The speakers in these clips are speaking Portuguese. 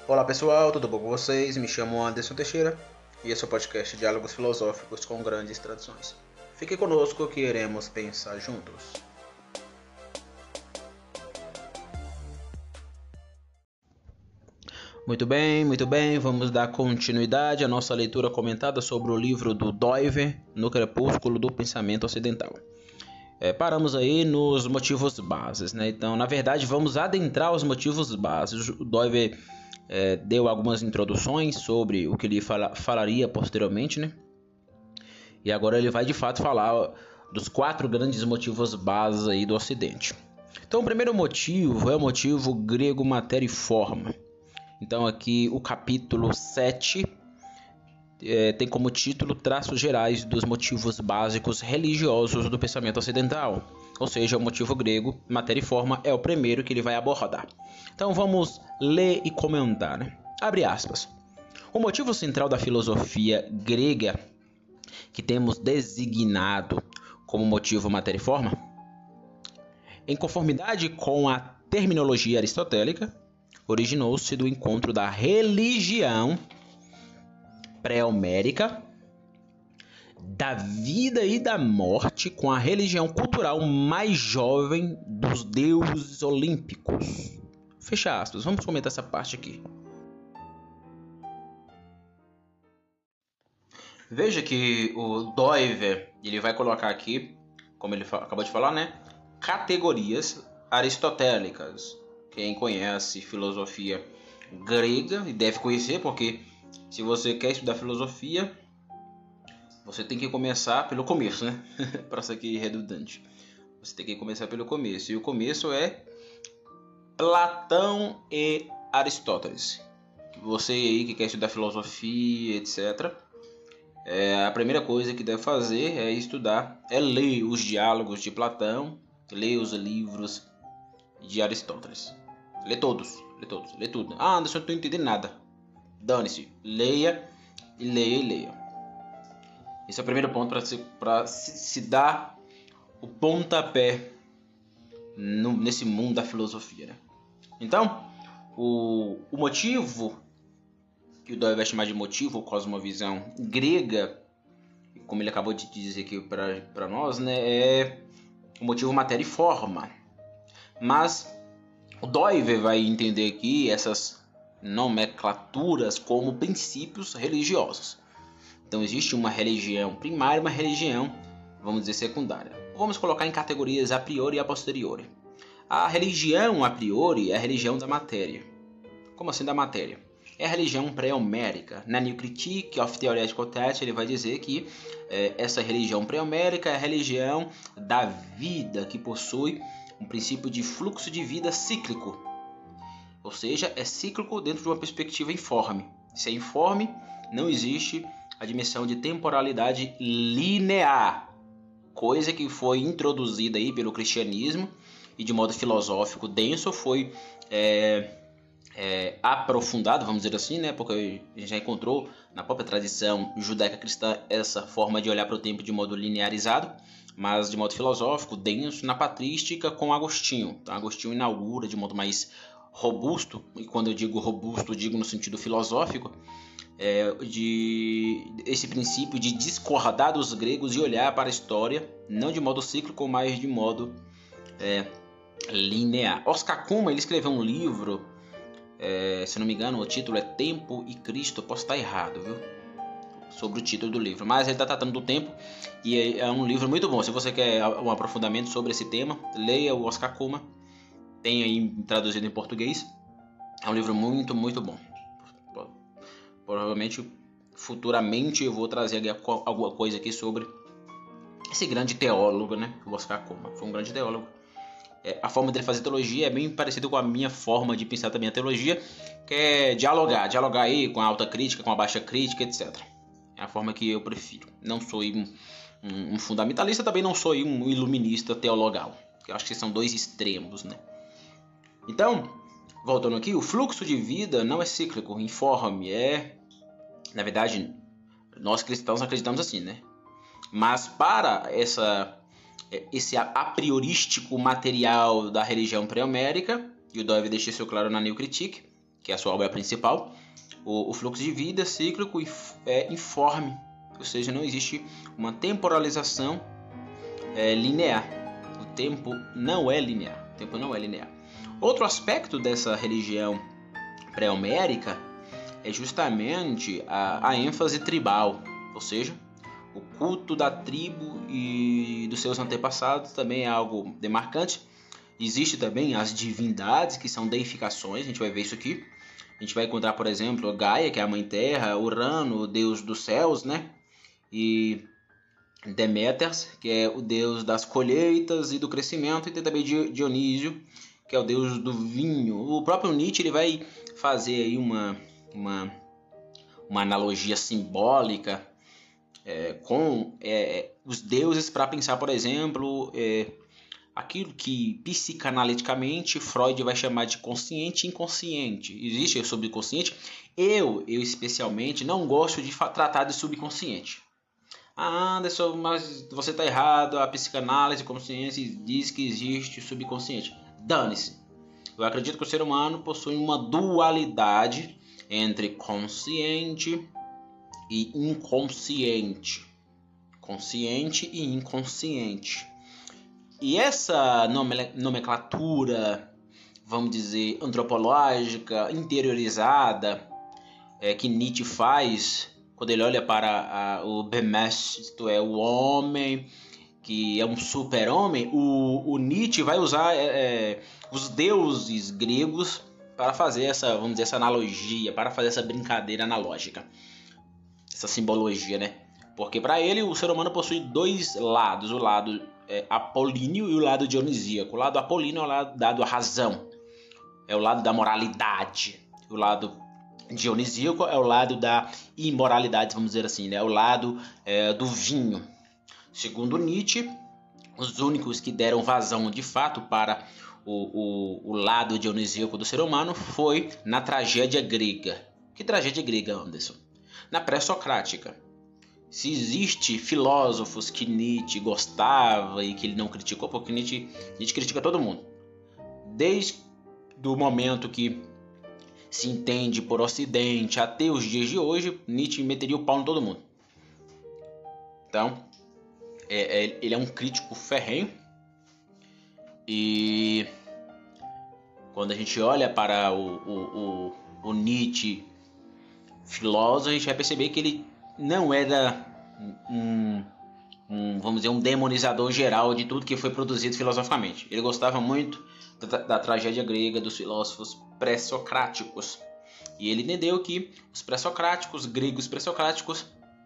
Olá pessoal, tudo bom com vocês? Me chamo Anderson Teixeira e esse é o podcast Diálogos Filosóficos com Grandes Tradições. Fique conosco que iremos pensar juntos. Muito bem, vamos dar continuidade à nossa leitura comentada sobre o livro do Doivre, No Crepúsculo do Pensamento Ocidental. Paramos aí nos motivos bases, né? Então, na verdade, vamos adentrar os motivos bases. O Doivre deu algumas introduções sobre o que ele falaria posteriormente, né? E agora ele vai de fato falar dos 4 grandes motivos bases aí do Ocidente. Então, o primeiro motivo é o motivo grego matéria e forma. Então, aqui o capítulo 7 tem como título Traços Gerais dos Motivos Básicos Religiosos do Pensamento Ocidental. Ou seja, o motivo grego, matéria e forma, é o primeiro que ele vai abordar. Então vamos ler e comentar, né? Abre aspas. O motivo central da filosofia grega, que temos designado como motivo matéria e forma, em conformidade com a terminologia aristotélica, originou-se do encontro da religião pré-homérica, da vida e da morte com a religião cultural mais jovem dos deuses olímpicos. Fecha aspas. Vamos comentar essa parte aqui. Veja que o Doivre, ele vai colocar aqui, como ele acabou de falar, né, categorias aristotélicas. Quem conhece filosofia grega e deve conhecer, porque se você quer estudar filosofia, você tem que começar pelo começo, né? Para ser aqui redundante. Você tem que começar pelo começo. E o começo é Platão e Aristóteles. Você aí que quer estudar filosofia, etc., a primeira coisa que deve fazer é estudar, ler os diálogos de Platão, ler os livros de Aristóteles. Lê todos, lê tudo. Ah, Anderson, eu não estou entendendo nada. Dane-se, leia e leia. Esse é o primeiro ponto para se dar o pontapé nesse mundo da filosofia, né? Então, o motivo que o Doivre vai chamar de motivo, ou cosmovisão grega, como ele acabou de dizer aqui para nós, né, é o motivo matéria e forma. Mas o Doivre vai entender aqui essas nomenclaturas como princípios religiosos. Então existe uma religião primária e uma religião, vamos dizer, secundária. Vamos colocar em categorias a priori e a posteriori. A religião a priori é a religião da matéria. Como assim da matéria? É a religião pré-homérica. Na New Critique of Theoretical Thought, ele vai dizer que essa religião pré-homérica é a religião da vida, que possui um princípio de fluxo de vida cíclico. Ou seja, é cíclico dentro de uma perspectiva informe. Se é informe, não existe a dimensão de temporalidade linear, coisa que foi introduzida aí pelo cristianismo e de modo filosófico denso foi aprofundado, vamos dizer assim, né? Porque a gente já encontrou na própria tradição judaica cristã essa forma de olhar para o tempo de modo linearizado, mas de modo filosófico, denso, na patrística com Agostinho. Então, Agostinho inaugura de modo mais robusto, e quando eu digo robusto, eu digo no sentido filosófico, de esse princípio de discordar dos gregos e olhar para a história, não de modo cíclico, mas de modo linear. Oscar Cullmann, ele escreveu um livro, se não me engano, o título é Tempo e Cristo. Eu posso estar errado, viu? Sobre o título do livro, mas ele está tratando do tempo e é um livro muito bom. Se você quer um aprofundamento sobre esse tema, leia o Oscar Cullmann, tem aí traduzido em português. É um livro muito, muito bom. Provavelmente, futuramente, eu vou trazer alguma coisa aqui sobre esse grande teólogo, né? O Oscar Cullmann foi um grande teólogo. A forma dele fazer teologia é bem parecida com a minha forma de pensar também a teologia, que é dialogar aí com a alta crítica, com a baixa crítica, etc. É a forma que eu prefiro. Não sou um fundamentalista, também não sou um iluminista teologal. Eu acho que são dois extremos, né? Então, voltando aqui, o fluxo de vida não é cíclico, informe, na verdade, nós cristãos acreditamos assim, né? Mas para esse a priorístico material da religião pré-homérica, e o Doivre deixa isso claro na New Critique, que é a sua obra principal, o fluxo de vida cíclico é informe, ou seja, não existe uma temporalização linear. O tempo não é linear. Outro aspecto dessa religião pré-homérica é justamente a ênfase tribal, ou seja, o culto da tribo e dos seus antepassados também é algo demarcante. Existe também as divindades, que são deificações, a gente vai ver isso aqui. A gente vai encontrar, por exemplo, Gaia, que é a Mãe Terra, Urano, o deus dos céus, né? E Deméter, que é o deus das colheitas e do crescimento, e tem também Dionísio, que é o deus do vinho. O próprio Nietzsche ele vai fazer aí uma analogia simbólica com os deuses para pensar, por exemplo, aquilo que psicanaliticamente Freud vai chamar de consciente e inconsciente. Existe o subconsciente. Eu especialmente não gosto de tratar de subconsciente. Anderson, mas você está errado. A psicanálise e consciência diz que existe o subconsciente. Dane-se. Eu acredito que o ser humano possui uma dualidade entre consciente e inconsciente. Consciente e inconsciente. E essa nomenclatura, vamos dizer, antropológica, interiorizada, que Nietzsche faz quando ele olha para o Behemoth, isto é, o homem, que é um super-homem, o Nietzsche vai usar os deuses gregos para fazer essa, vamos dizer, essa analogia, para fazer essa brincadeira analógica, essa simbologia, né? Porque para ele o ser humano possui dois lados, o lado apolíneo e o lado dionisíaco. O lado apolíneo é o lado da razão, é o lado da moralidade. O lado dionisíaco é o lado da imoralidade, vamos dizer assim, né? É o lado do vinho. Segundo Nietzsche, os únicos que deram vazão de fato para o lado dionisíaco do ser humano foi na tragédia grega. Que tragédia grega, Anderson? Na pré-socrática. Se existe filósofos que Nietzsche gostava e que ele não criticou, porque Nietzsche critica todo mundo. Desde o momento que se entende por Ocidente até os dias de hoje, Nietzsche meteria o pau em todo mundo. Então, ele é um crítico ferrenho. E quando a gente olha para o Nietzsche filósofo, a gente vai perceber que ele não era vamos dizer, um demonizador geral de tudo que foi produzido filosoficamente. Ele gostava muito da tragédia grega, dos filósofos pré-socráticos. E ele entendeu que os pré-socráticos, gregos pré-socráticos,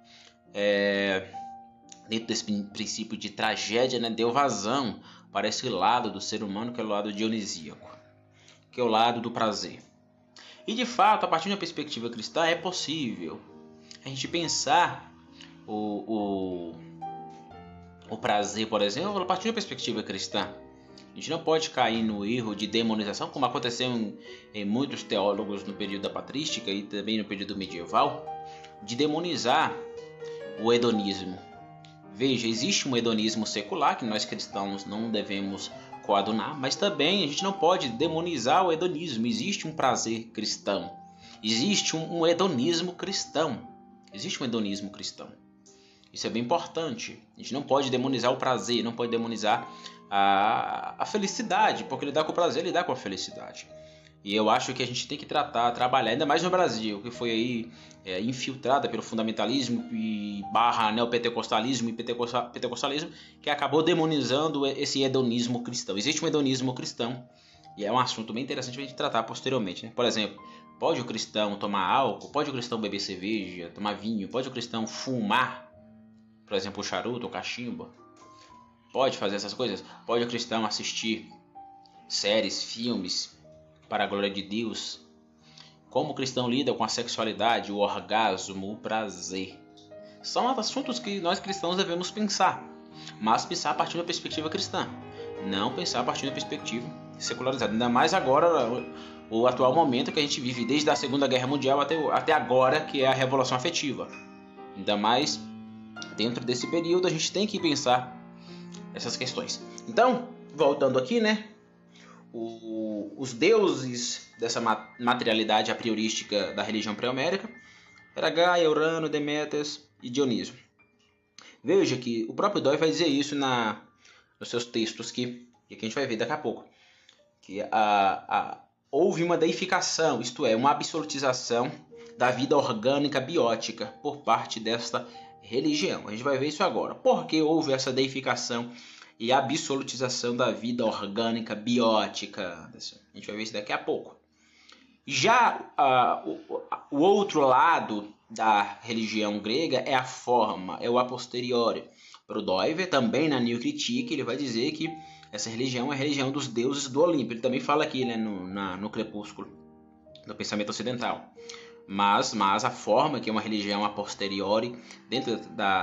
dentro desse princípio de tragédia, né, deu vazão para esse lado do ser humano, que é o lado dionisíaco, que é o lado do prazer. E de fato, a partir de uma perspectiva cristã, é possível a gente pensar o prazer, por exemplo, a partir de uma perspectiva cristã. A gente não pode cair no erro de demonização, como aconteceu em muitos teólogos no período da patrística e também no período medieval, de demonizar o hedonismo. Veja, existe um hedonismo secular que nós cristãos não devemos coadunar, mas também a gente não pode demonizar o hedonismo. Existe um prazer cristão, existe um hedonismo cristão. Existe um hedonismo cristão. Isso é bem importante. A gente não pode demonizar o prazer, não pode demonizar a felicidade, porque lidar com o prazer é lidar com a felicidade. E eu acho que a gente tem que trabalhar, ainda mais no Brasil, que foi aí infiltrada pelo fundamentalismo e / neopentecostalismo e pentecostalismo, que acabou demonizando esse hedonismo cristão. Existe um hedonismo cristão, e é um assunto bem interessante a gente tratar posteriormente, né? Por exemplo, pode o cristão tomar álcool? Pode o cristão beber cerveja, tomar vinho? Pode o cristão fumar, por exemplo, o charuto ou cachimbo? Pode fazer essas coisas? Pode o cristão assistir séries, filmes para a glória de Deus? Como o cristão lida com a sexualidade, o orgasmo, o prazer? São assuntos que nós cristãos devemos pensar, mas pensar a partir de uma perspectiva cristã, não pensar a partir de uma perspectiva secularizada. Ainda mais agora, o atual momento que a gente vive, desde a Segunda Guerra Mundial até agora, que é a Revolução Afetiva. Ainda mais dentro desse período, a gente tem que pensar essas questões. Então, voltando aqui, né? os deuses dessa materialidade a priorística da religião pré-homérica era Gaia, Urano, Deméter e Dionísio. Veja que o próprio Doi vai dizer isso nos seus textos, que a gente vai ver daqui a pouco. Que houve uma deificação, isto é, uma absolutização da vida orgânica biótica por parte desta religião. A gente vai ver isso agora. Por que houve essa deificação e absolutização da vida orgânica biótica? A gente vai ver isso daqui a pouco. Já o outro lado da religião grega é a forma, é o a posteriori. Para o Doiver, também na New Critique, ele vai dizer que essa religião é a religião dos deuses do Olimpo. Ele também fala aqui, né, no Crepúsculo, do pensamento ocidental. Mas a forma, que é uma religião a posteriori, dentro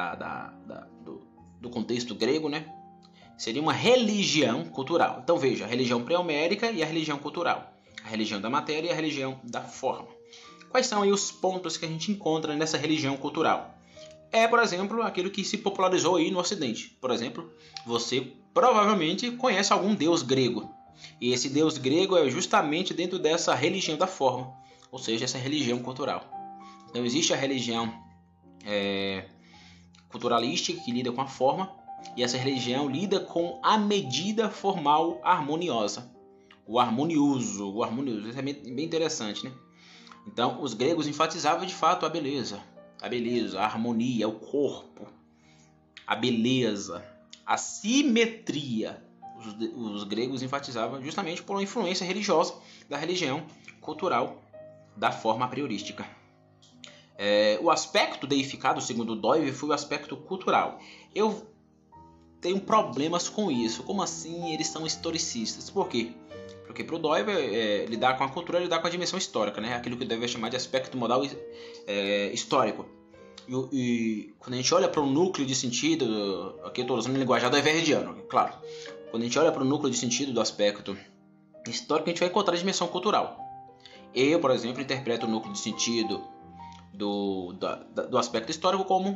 do contexto grego, né, seria uma religião cultural. Então veja, a religião pré-homérica e a religião cultural. A religião da matéria e a religião da forma. Quais são aí os pontos que a gente encontra nessa religião cultural? Por exemplo, aquilo que se popularizou aí no Ocidente. Por exemplo, você provavelmente conhece algum deus grego. E esse deus grego é justamente dentro dessa religião da forma, ou seja, essa religião cultural. Então existe a religião culturalística, que lida com a forma, e essa religião lida com a medida formal harmoniosa. O harmonioso, isso é bem interessante, né? Então, os gregos enfatizavam de fato a beleza, a harmonia, o corpo, a beleza, a simetria. Os gregos enfatizavam justamente por uma influência religiosa da religião cultural da forma priorística. O aspecto deificado, segundo Doiver, foi o aspecto cultural. Eu tenho problemas com isso. Como assim eles são historicistas? Por quê? Porque para o Doiver, lidar com a cultura é lidar com a dimensão histórica, né? Aquilo que o Doiver chamar de aspecto modal histórico. E quando a gente olha para o núcleo de sentido, aqui eu estou usando o linguajar doiverdiano, claro. Quando a gente olha para o núcleo de sentido do aspecto histórico, a gente vai encontrar a dimensão cultural. Eu, por exemplo, interpreto o núcleo de sentido do aspecto histórico como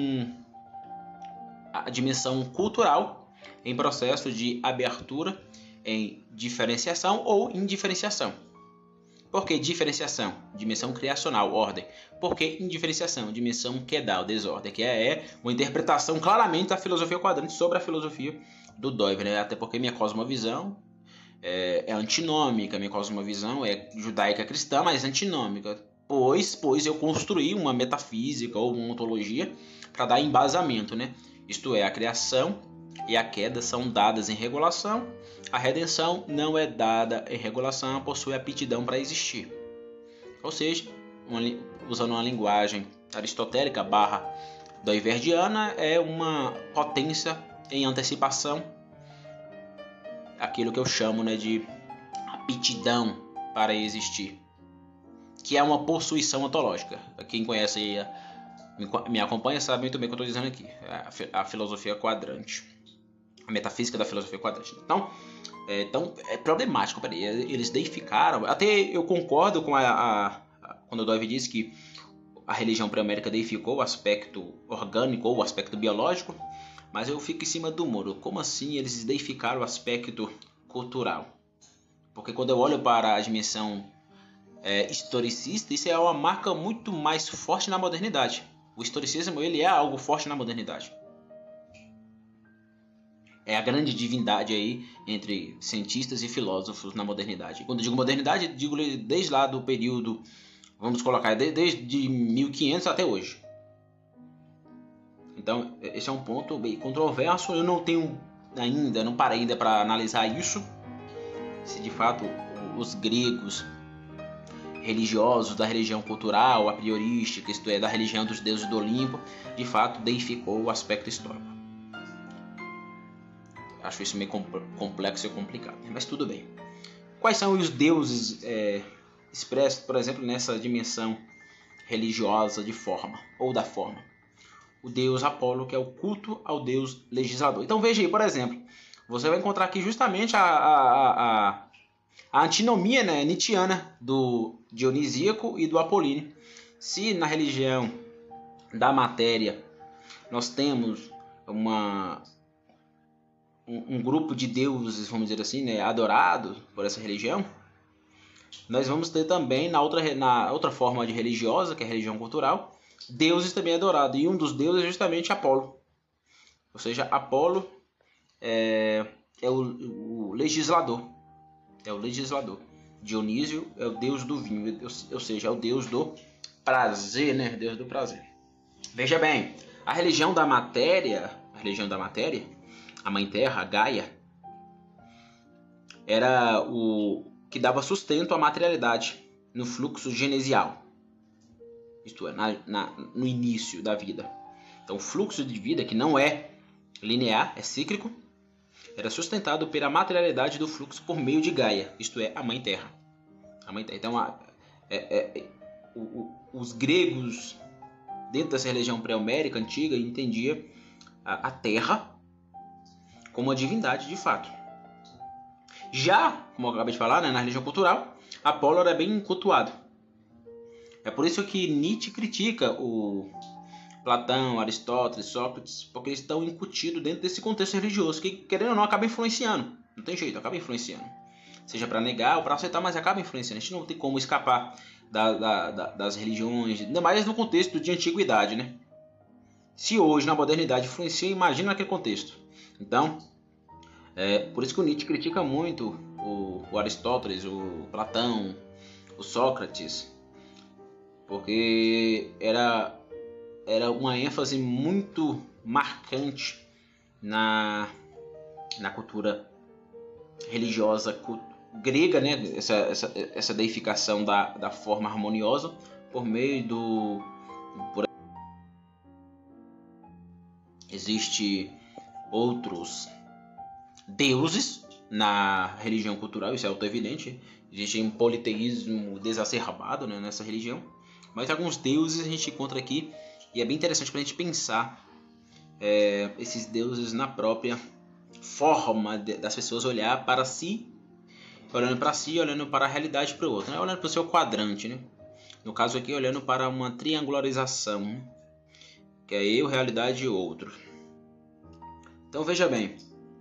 a dimensão cultural em processo de abertura em diferenciação ou indiferenciação. Por que diferenciação? Dimensão criacional, ordem. Por que indiferenciação? Dimensão quedal, desordem, que é uma interpretação claramente da filosofia quadrante sobre a filosofia do Doiver, né? Até porque minha cosmovisão é antinômica, minha cosmovisão é judaica cristã, mas antinômica, pois eu construí uma metafísica ou uma ontologia para dar embasamento, né? Isto é, a criação e a queda são dadas em regulação, a redenção não é dada em regulação, possui aptidão para existir. Ou seja, usando uma linguagem aristotélica / doiverdiana, é uma potência em antecipação, aquilo que eu chamo, né, de aptidão para existir, que é uma possuição ontológica. Quem conhece aí, me acompanha, sabe muito bem o que eu estou dizendo aqui. A filosofia quadrante, a metafísica da filosofia quadrante. Então é problemático. Eles deificaram. Até eu concordo com quando o Doiver diz que a religião pré-homérica deificou o aspecto orgânico ou o aspecto biológico, mas eu fico em cima do muro. Como assim eles deificaram o aspecto cultural? Porque quando eu olho para a dimensão historicista, isso é uma marca muito mais forte na modernidade. O historicismo, ele é algo forte na modernidade. É a grande divindade aí entre cientistas e filósofos na modernidade. Quando eu digo modernidade, digo desde lá do período, vamos colocar, desde 1500 até hoje. Então, esse é um ponto bem controverso. Eu não parei ainda para analisar isso. Se de fato os gregos religiosos da religião cultural, a priorística, isto é, da religião dos deuses do Olimpo, de fato deificou o aspecto histórico. Acho isso meio complexo e complicado, mas tudo bem. Quais são os deuses expressos, por exemplo, nessa dimensão religiosa de forma, ou da forma? O deus Apolo, que é o culto ao deus legislador. Então veja aí, por exemplo, você vai encontrar aqui justamente a antinomia, né, nietzschiana do Dionisíaco e do Apolíneo. Se na religião da matéria nós temos um grupo de deuses, vamos dizer assim, né, adorado por essa religião, nós vamos ter também na outra forma de religiosa, que é a religião cultural, deuses também adorados. E um dos deuses é justamente Apolo. Ou seja, Apolo é o legislador. É o legislador. Dionísio é o deus do vinho, ou seja, é o deus do prazer, né? Deus do prazer. Veja bem, a religião da matéria, a Mãe Terra, a Gaia, era o que dava sustento à materialidade no fluxo genesial. Isto é, no início da vida. Então, o fluxo de vida, que não é linear, é cíclico, era sustentado pela materialidade do fluxo por meio de Gaia, isto é, a Mãe Terra. Então, os gregos, dentro dessa religião pré-homérica antiga, entendiam a Terra como uma divindade de fato. Já, como eu acabei de falar, né, na religião cultural, Apolo era bem cultuado. É por isso que Nietzsche critica o Platão, Aristóteles, Sócrates, porque eles estão incutidos dentro desse contexto religioso, que, querendo ou não, acaba influenciando. Não tem jeito, acaba influenciando. Seja para negar ou para aceitar, mas acaba influenciando. A gente não tem como escapar das religiões, ainda mais no contexto de antiguidade, né? Se hoje, na modernidade, influencia, imagina naquele contexto. Então, por isso que o Nietzsche critica muito o Aristóteles, o Platão, o Sócrates, porque era uma ênfase muito marcante na cultura religiosa grega, né? Essa deificação da forma harmoniosa por meio Existe outros deuses na religião cultural, isso é auto-evidente. Existe um politeísmo desacerbado, né, nessa religião, mas alguns deuses a gente encontra aqui. E é bem interessante para a gente pensar esses deuses na própria forma das pessoas olhar para si, olhando para si, olhando para a realidade para o outro, né? Olhando para o seu quadrante, né? No caso aqui, olhando para uma triangularização, que é eu, realidade e outro. Então veja bem,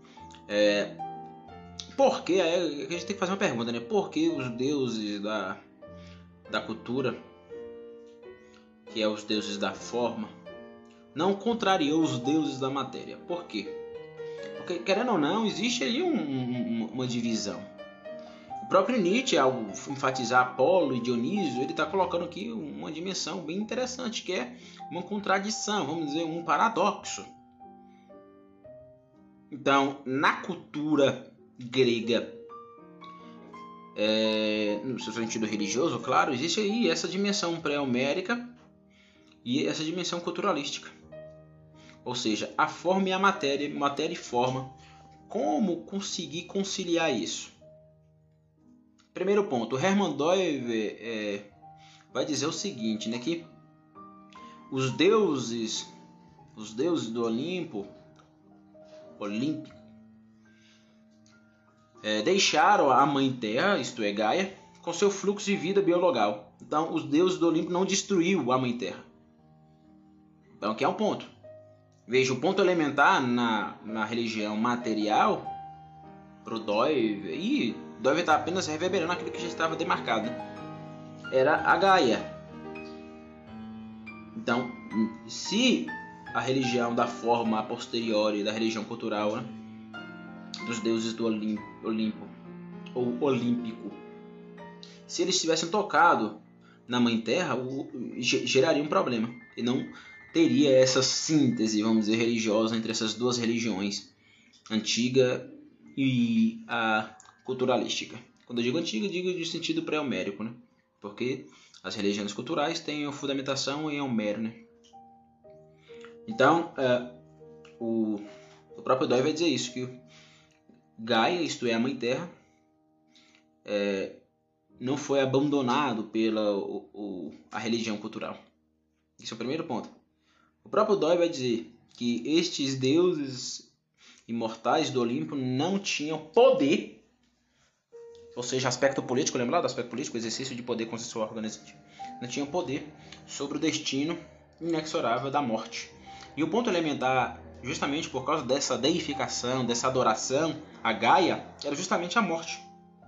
por que? A gente tem que fazer uma pergunta, né? Por que os deuses da cultura, que é os deuses da forma, não contrariou os deuses da matéria? Por quê? Porque, querendo ou não, existe aí uma divisão. O próprio Nietzsche, ao enfatizar Apolo e Dionísio, ele está colocando aqui uma dimensão bem interessante, que é uma contradição, vamos dizer, um paradoxo. Então, na cultura grega, no seu sentido religioso, claro, existe aí essa dimensão pré-homérica e essa dimensão culturalística. Ou seja, a forma e a matéria e forma. Como conseguir conciliar isso? Primeiro ponto, o Hermann Doive vai dizer o seguinte, né, que os deuses do Olimpo, olímpico, deixaram a Mãe Terra, isto é, Gaia, com seu fluxo de vida biologal. Então, os deuses do Olimpo não destruíram a Mãe Terra. Então, aqui é um ponto. Veja, o ponto elementar na religião material, para o Doive, e Doive está apenas reverberando aquilo que já estava demarcado, né? Era a Gaia. Então, se a religião da forma a posteriori da religião cultural, né, dos deuses do Olimpo ou olímpico, se eles tivessem tocado na Mãe Terra, geraria um problema e não teria essa síntese, vamos dizer, religiosa entre essas duas religiões, antiga e a culturalística. Quando eu digo antiga, eu digo de sentido pré-homérico, né? Porque as religiões culturais têm a fundamentação em Homero, né? Então, o próprio Dói vai dizer isso, que Gaia, isto é, a Mãe Terra, não foi abandonado pela a religião cultural. Esse é o primeiro ponto. O próprio Dói vai dizer que estes deuses imortais do Olimpo não tinham poder, ou seja, aspecto político, lembra lá do aspecto político, exercício de poder consensual organizativo, não tinham poder sobre o destino inexorável da morte. E o ponto elementar justamente por causa dessa deificação, dessa adoração a Gaia, era justamente a morte.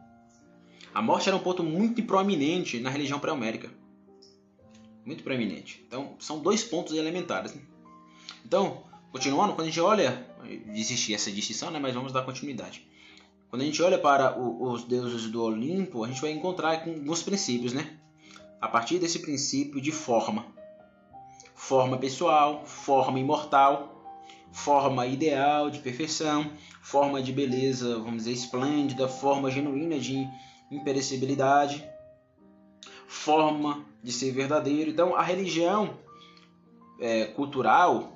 A morte era um ponto muito proeminente na religião pré-homérica. Muito proeminente. Então, são dois pontos elementares, né? Então, continuando, quando a gente olha, existe essa distinção, né? Mas vamos dar continuidade. Quando a gente olha para os deuses do Olimpo, a gente vai encontrar com alguns princípios, né? A partir desse princípio de forma. Forma pessoal, forma imortal, forma ideal de perfeição, forma de beleza, vamos dizer, esplêndida, forma genuína de imperecibilidade, forma de ser verdadeiro. Então, a religião cultural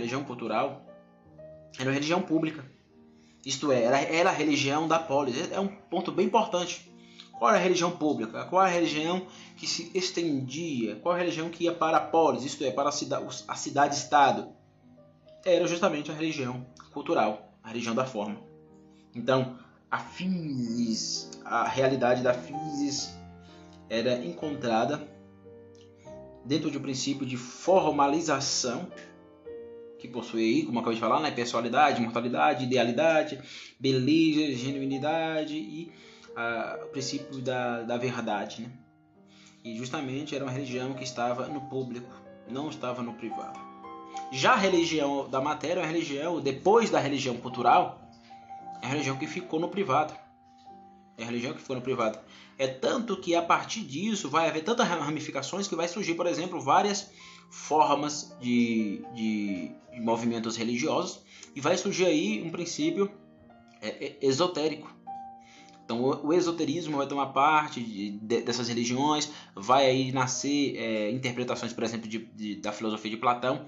era uma religião pública. Isto é, era a religião da polis. É um ponto bem importante. Qual era a religião pública? Qual era a religião que se estendia? Qual era a religião que ia para a polis? Isto é, para a cidade-estado? Era justamente a religião cultural, a religião da forma. Então, a physis, a realidade da physis era encontrada dentro de um princípio de formalização que possui aí, como eu acabei de falar, né, pessoalidade, mortalidade, idealidade, beleza, genuinidade e o princípio da verdade, né? E justamente era uma religião que estava no público, não estava no privado. Já a religião da matéria é uma religião, depois da religião cultural, é a religião que ficou no privado. É a religião que ficou no privado. É tanto que a partir disso vai haver tantas ramificações que vai surgir, por exemplo, várias formas de movimentos religiosos e vai surgir aí um princípio esotérico. Então o esoterismo vai tomar parte dessas religiões, vai aí nascer interpretações, por exemplo, da filosofia de Platão,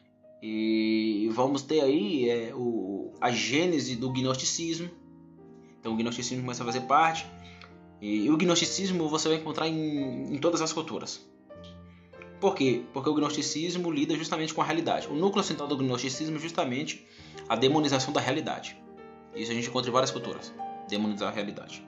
e vamos ter aí a gênese do gnosticismo. Então o gnosticismo começa a fazer parte, e o gnosticismo você vai encontrar em todas as culturas. Por quê? Porque o gnosticismo lida justamente com a realidade. O núcleo central do gnosticismo é justamente a demonização da realidade. Isso a gente encontra em várias culturas. Demonizar a realidade.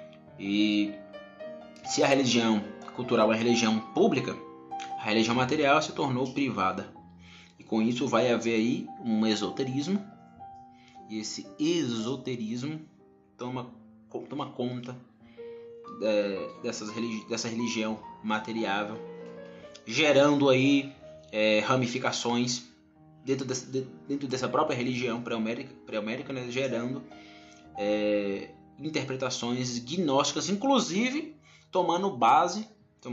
E se a religião cultural é a religião pública, a religião material se tornou privada. E com isso vai haver aí um esoterismo. E esse esoterismo toma conta dessa religião materiável, gerando aí ramificações dentro dessa própria religião pré-homérica, né, gerando interpretações gnósticas, inclusive tomando base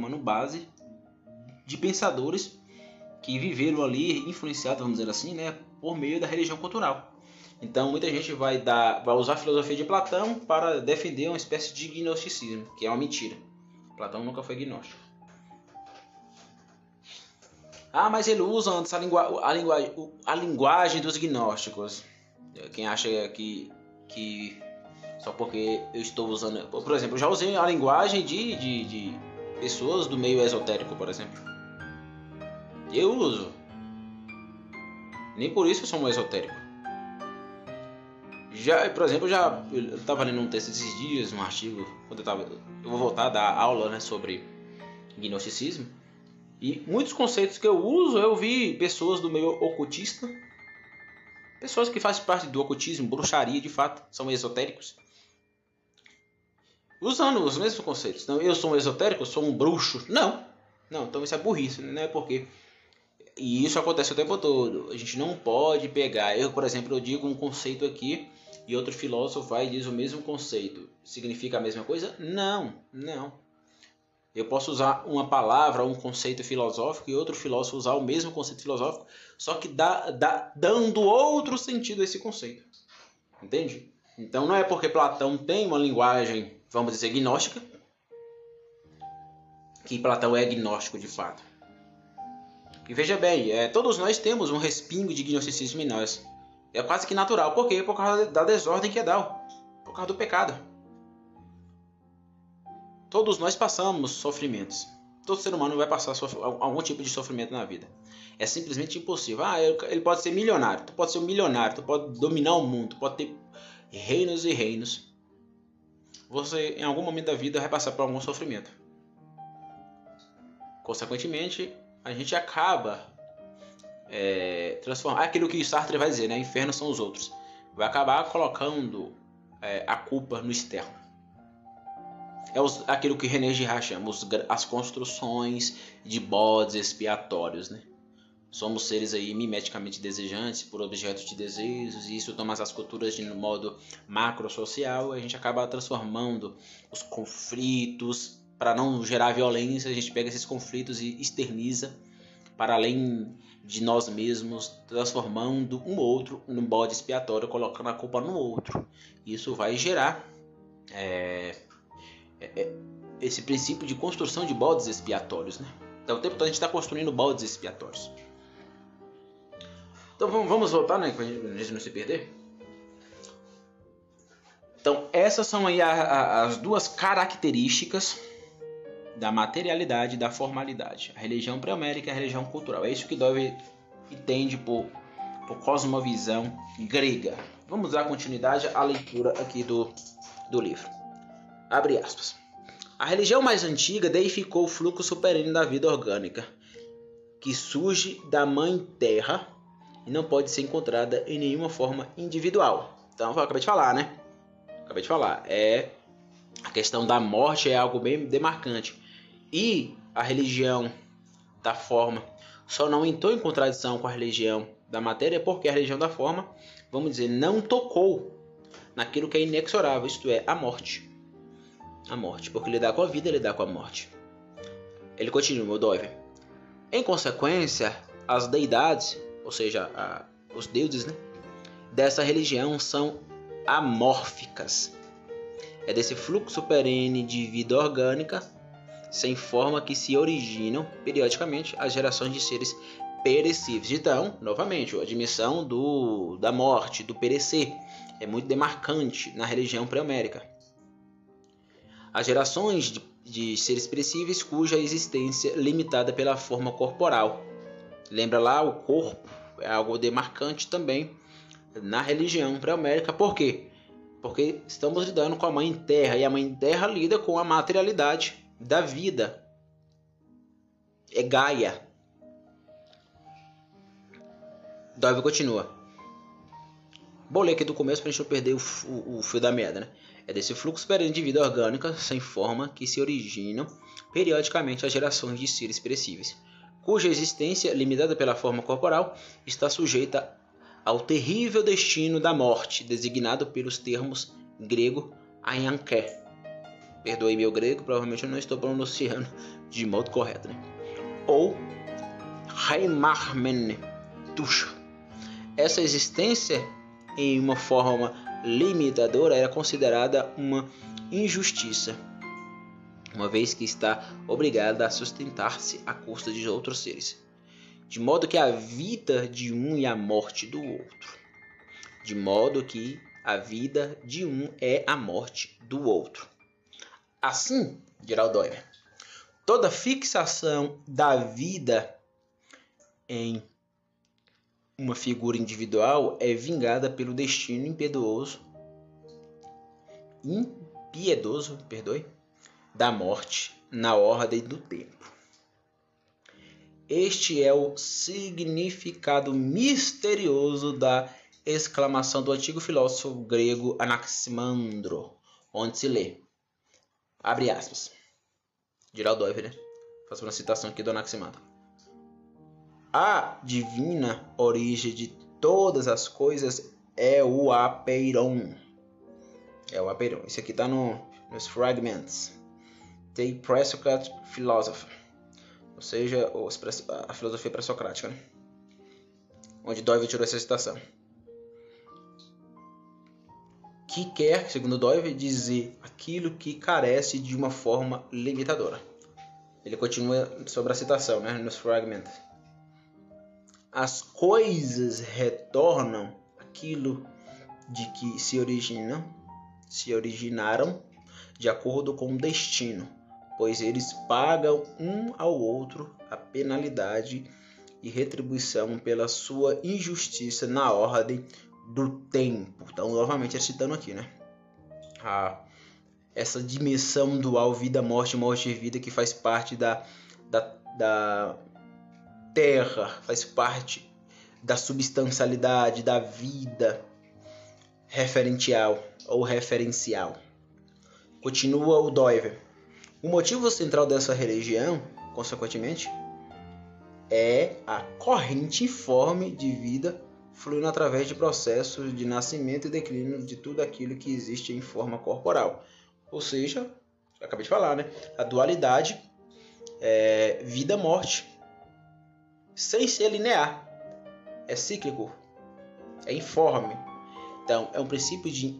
de pensadores que viveram ali influenciados, vamos dizer assim, né, por meio da religião cultural. Então muita gente vai usar a filosofia de Platão para defender uma espécie de gnosticismo, que é uma mentira. Platão nunca foi gnóstico. Ah, mas ele usa antes a linguagem dos gnósticos. Quem acha que só porque eu estou usando... Por exemplo, eu já usei a linguagem de pessoas do meio esotérico, por exemplo. Eu uso. Nem por isso eu sou um esotérico. Por exemplo, eu estava lendo um texto esses dias, um artigo, eu vou voltar a dar aula, né, sobre gnosticismo, e muitos conceitos que eu uso, eu vi pessoas do meio ocultista, pessoas que fazem parte do ocultismo, bruxaria, de fato, são esotéricos, usando os mesmos conceitos. Então, eu sou um esotérico, eu sou um bruxo. Não, então isso é burrice, né, porque... E isso acontece o tempo todo. A gente não pode pegar... Por exemplo, eu digo um conceito aqui e outro filósofo vai e diz o mesmo conceito. Significa a mesma coisa? Não. Eu posso usar uma palavra, um conceito filosófico e outro filósofo usar o mesmo conceito filosófico, só que dando outro sentido a esse conceito. Entende? Então não é porque Platão tem uma linguagem, vamos dizer, gnóstica, que Platão é gnóstico de fato. E veja bem, todos nós temos um respingo de gnosticismo em nós. É quase que natural. Por quê? Por causa da desordem que é Adão. Por causa do pecado. Todos nós passamos sofrimentos. Todo ser humano vai passar algum tipo de sofrimento na vida. É simplesmente impossível. Ele pode ser milionário. Tu pode ser um milionário. Tu pode dominar o mundo. Tu pode ter reinos e reinos. Você, em algum momento da vida, vai passar por algum sofrimento. Consequentemente... a gente acaba transformar aquilo que Sartre vai dizer, né? Inferno são os outros. Vai acabar colocando a culpa no externo. Aquilo que René Girard chama as construções de bodes expiatórios, né? Somos seres aí mimeticamente desejantes por objetos de desejos, e isso toma as culturas de modo macro-social. A gente acaba transformando os conflitos, para não gerar violência, a gente pega esses conflitos e externiza para além de nós mesmos, transformando um outro num bode expiatório, colocando a culpa no outro. Isso vai gerar esse princípio de construção de bodes expiatórios, né? Então o tempo todo a gente está construindo bodes expiatórios. Então vamos voltar, né, para a gente não se perder. Então essas são aí as duas características da materialidade e da formalidade. A religião pré-homérica e a religião cultural. É isso que Dove entende por cosmovisão grega. Vamos dar continuidade à leitura aqui do livro. Abre aspas. A religião mais antiga deificou o fluxo perene da vida orgânica, que surge da Mãe Terra e não pode ser encontrada em nenhuma forma individual. Então, eu acabei de falar, né? A questão da morte é algo bem demarcante. E a religião da forma só não entrou em contradição com a religião da matéria porque a religião da forma, vamos dizer, não tocou naquilo que é inexorável, isto é, a morte. A morte, porque lidar com a vida é lidar com a morte. Ele continua, Dove. Em consequência, as deidades, ou seja, os deuses, né, dessa religião são amórficas. É desse fluxo perene de vida orgânica, sem forma, que se originam periodicamente as gerações de seres perecíveis. Então, novamente, a admissão da morte, do perecer, é muito demarcante na religião pré-homérica. As gerações de seres perecíveis cuja existência é limitada pela forma corporal. Lembra lá, o corpo é algo demarcante também na religião pré-homérica. Por quê? Porque estamos lidando com a Mãe Terra, e a Mãe Terra lida com a materialidade da vida. É Gaia. Dove continua. Vou ler aqui do começo para a gente não perder o fio da meada, né? É desse fluxo perene de vida orgânica sem forma que se originam periodicamente as gerações de seres perecíveis, cuja existência, limitada pela forma corporal, está sujeita ao terrível destino da morte, designado pelos termos grego Anyanké. Perdoe meu grego, provavelmente eu não estou pronunciando de modo correto, né? Ou Heimarmen Tusha. Essa existência em uma forma limitadora era considerada uma injustiça, uma vez que está obrigada a sustentar-se à custa de outros seres, de modo que a vida de um e a morte do outro. De modo que a vida de um é a morte do outro. Assim, dirá o Dove, toda fixação da vida em uma figura individual é vingada pelo destino impiedoso, da morte na ordem do tempo. Este é o significado misterioso da exclamação do antigo filósofo grego Anaximandro, onde se lê, abre aspas, dirá o Dove, né? Faço uma citação aqui do Anaximandro. A divina origem de todas as coisas é o apeiron. Isso aqui está nos Fragments. The Presocratic Philosophy. Ou seja, a filosofia pré-socrática, né? Onde Dove tirou essa citação. Que quer, segundo Dove, dizer aquilo que carece de uma forma limitadora. Ele continua sobre a citação, né? Nos Fragments. As coisas retornam aquilo de que se originaram de acordo com o destino, pois eles pagam um ao outro a penalidade e retribuição pela sua injustiça na ordem do tempo. Então, novamente, citando aqui, né? Essa dimensão dual vida-morte, morte-vida, que faz parte da Terra, faz parte da substancialidade, da vida referencial ou referencial. Continua o Doiver. O motivo central dessa religião, consequentemente, é a corrente informe de vida fluindo através de processos de nascimento e declínio de tudo aquilo que existe em forma corporal. Ou seja, eu acabei de falar, né? A dualidade é vida-morte, sem ser linear. É cíclico, é informe. Então, é um princípio de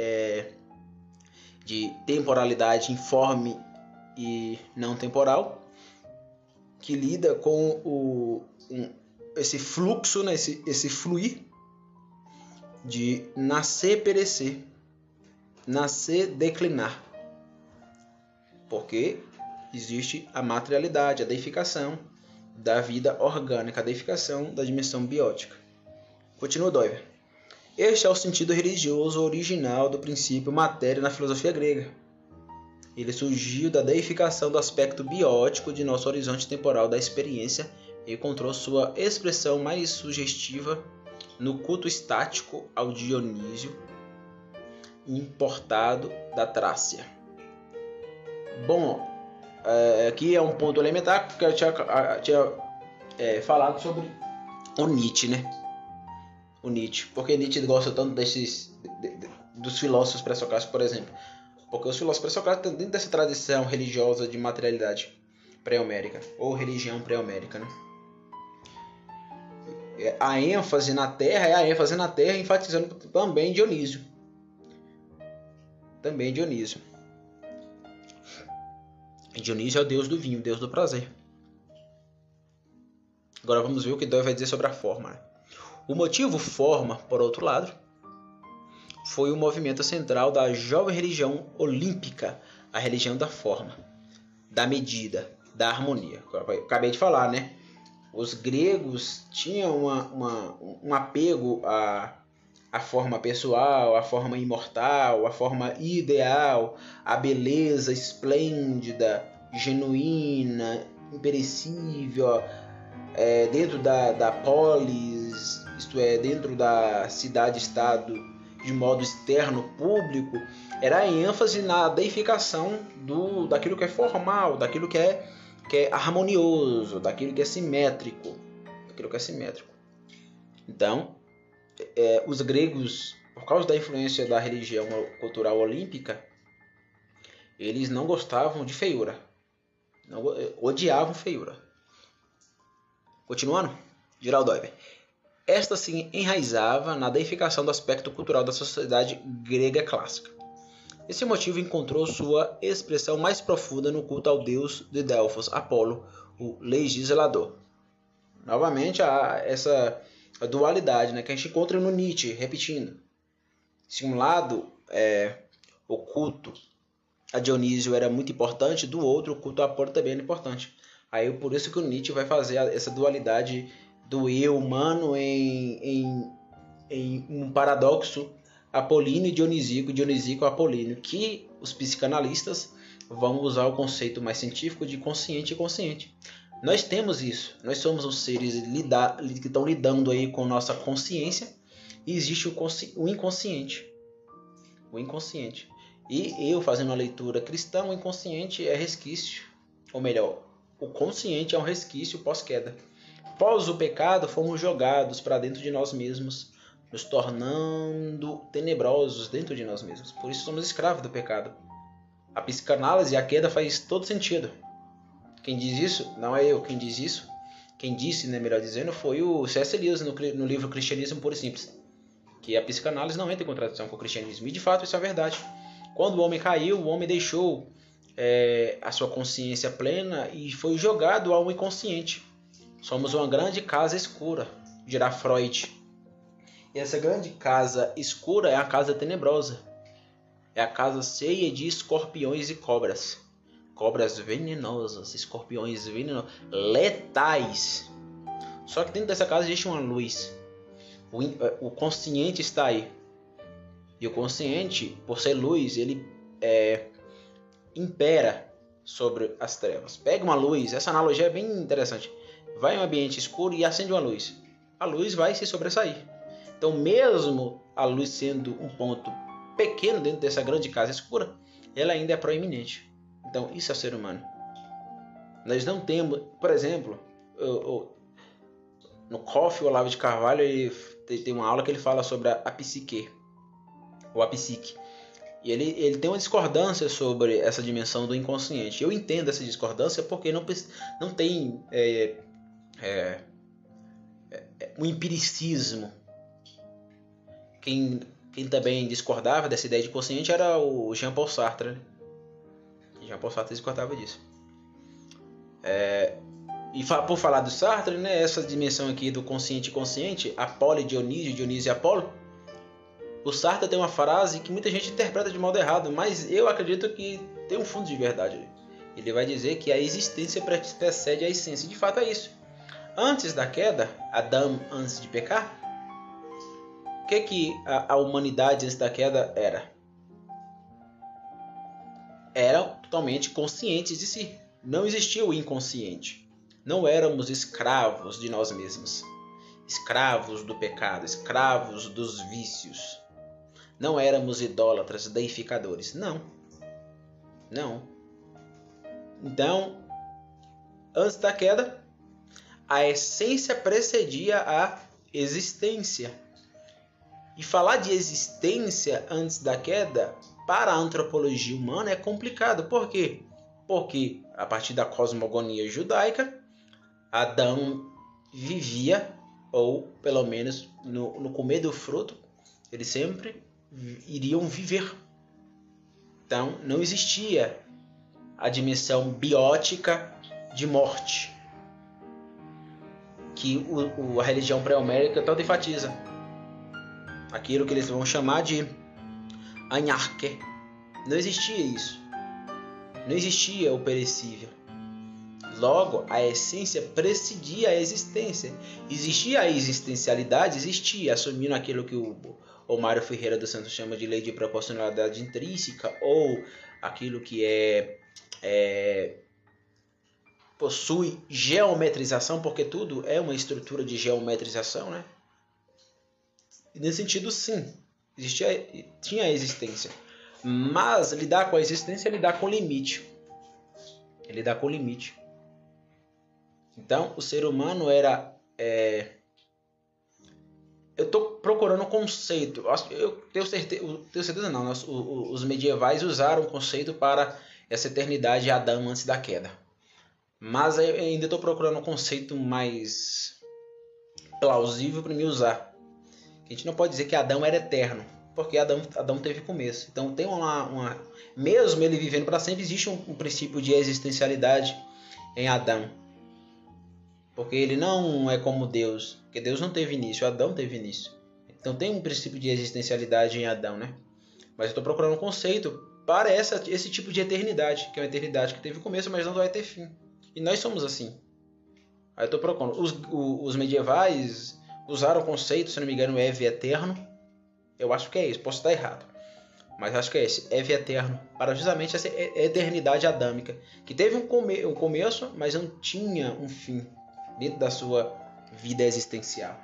temporalidade informe e não temporal, que lida com esse fluxo, né? esse fluir de nascer, perecer, nascer, declinar. Porque existe a materialidade, a deificação da vida orgânica, a deificação da dimensão biótica. Continua Doiver. Este é o sentido religioso original do princípio matéria na filosofia grega. Ele surgiu da deificação do aspecto biótico de nosso horizonte temporal da experiência e encontrou sua expressão mais sugestiva no culto estático ao Dionísio, importado da Trácia. Bom, aqui é um ponto elementar, porque eu tinha falado sobre o Nietzsche, né? O Nietzsche. Por que Nietzsche gosta tanto dos filósofos pré-socráticos, por exemplo? Porque os filósofos pré-socráticos estão dentro dessa tradição religiosa de materialidade pré-homérica, ou religião pré-homérica, né? A ênfase na terra é a ênfase na terra, enfatizando também Dionísio. Também Dionísio. Dionísio é o deus do vinho, o deus do prazer. Agora vamos ver o que Doiver vai dizer sobre a forma, né? O motivo forma, por outro lado, foi o movimento central da jovem religião olímpica, a religião da forma, da medida, da harmonia. Acabei de falar, né? Os gregos tinham um apego à forma pessoal, à forma imortal, à forma ideal, à beleza esplêndida, genuína, imperecível, dentro da polis, isto é, dentro da cidade-estado, de modo externo, público, era a ênfase na deificação daquilo que é formal, daquilo que é harmonioso, daquilo que é simétrico. Então, os gregos, por causa da influência da religião cultural olímpica, eles não gostavam de feiura, odiavam feiura. Continuando, Gerald Doiver. Esta se enraizava na deificação do aspecto cultural da sociedade grega clássica. Esse motivo encontrou sua expressão mais profunda no culto ao deus de Delfos, Apolo, o legislador. Novamente, essa dualidade, né, que a gente encontra no Nietzsche, repetindo. Se um lado, o culto a Dionísio era muito importante, do outro, o culto a Apolo também era importante. Aí, por isso que o Nietzsche vai fazer essa dualidade do eu humano em um paradoxo apolíneo e dionisíaco apolíneo, que os psicanalistas vão usar o conceito mais científico de consciente e consciente. Nós temos isso, nós somos os seres que estão lidando aí com nossa consciência, e existe o inconsciente. O inconsciente. E eu, fazendo uma leitura cristã, o inconsciente é resquício, ou melhor, o consciente é um resquício pós-queda. Após o pecado, fomos jogados para dentro de nós mesmos, nos tornando tenebrosos dentro de nós mesmos. Por isso somos escravos do pecado. A psicanálise e a queda faz todo sentido. Quem diz isso não é eu. Quem diz isso, quem disse, né, melhor dizendo, foi o C.S. Lewis no livro Cristianismo Puro e Simples. Que a psicanálise não entra em contradição com o cristianismo. E de fato isso é verdade. Quando o homem caiu, o homem deixou a sua consciência plena e foi jogado ao inconsciente. Somos uma grande casa escura, dirá Freud. E essa grande casa escura é a casa tenebrosa. É a casa cheia de escorpiões e cobras. Cobras venenosas, escorpiões venenosos, letais. Só que dentro dessa casa existe uma luz. O consciente está aí. E o consciente, por ser luz, ele impera sobre as trevas. Pega uma luz, essa analogia é bem interessante. Vai em um ambiente escuro e acende uma luz. a luz vai se sobressair. Então, mesmo a luz sendo um ponto pequeno dentro dessa grande casa escura, ela ainda é proeminente. Então, isso é o ser humano. Nós não temos, por exemplo, no Kofi Olavo de Carvalho, ele tem uma aula que ele fala sobre a psique, ou a psique. E ele tem uma discordância sobre essa dimensão do inconsciente. Eu entendo essa discordância porque não tem um empiricismo. Quem também discordava dessa ideia de consciente era o Jean-Paul Sartre. Né? Jean-Paul Sartre discordava disso. E por falar do Sartre, né, essa dimensão aqui do consciente e consciente, Apolo e Dionísio, Dionísio e Apolo, o Sartre tem uma frase que muita gente interpreta de modo errado, mas eu acredito que tem um fundo de verdade. Ele vai dizer que a existência precede a essência. De fato é isso. Antes da queda, Adão, antes de pecar, o que a humanidade antes da queda era? Eram totalmente conscientes de si. Não existia o inconsciente. Não éramos escravos de nós mesmos. Escravos do pecado, escravos dos vícios. Não éramos idólatras, deificadores. Não. Então, antes da queda, a essência precedia a existência. E falar de existência antes da queda, para a antropologia humana, é complicado. Por quê? Porque, a partir da cosmogonia judaica, Adão vivia, ou pelo menos no comer do fruto, eles sempre iriam viver. Então, não existia a dimensão biótica de morte, que a religião pré-homérica tanto enfatiza. Aquilo que eles vão chamar de anarque. Não existia isso. Não existia o perecível. Logo, a essência precedia a existência. Existia a existencialidade, assumindo aquilo que o Mário Ferreira dos Santos chama de lei de proporcionalidade intrínseca, ou aquilo que possui geometrização, porque tudo é uma estrutura de geometrização, né? E nesse sentido, sim, tinha a existência. Mas lidar com a existência é lidar com o limite. É lidar com o limite. Então, o ser humano era... Eu estou procurando um conceito. Eu tenho certeza não. Os medievais usaram o conceito para essa eternidade de Adão antes da queda. Mas eu ainda estou procurando um conceito mais plausível para me usar. A gente não pode dizer que Adão era eterno, porque Adão teve começo. Então tem mesmo ele vivendo para sempre, existe um princípio de existencialidade em Adão. Porque ele não é como Deus, porque Deus não teve início, Adão teve início. Então tem um princípio de existencialidade em Adão, né? Mas eu estou procurando um conceito para esse tipo de eternidade, que é uma eternidade que teve começo, mas não vai ter fim. E nós somos assim. Aí eu estou procurando. Os medievais usaram o conceito, se não me engano, Eve eterno. Eu acho que é isso, posso estar errado. Mas acho que é esse, Eve eterno, para justamente essa eternidade adâmica, que teve um começo, mas não tinha um fim dentro da sua vida existencial.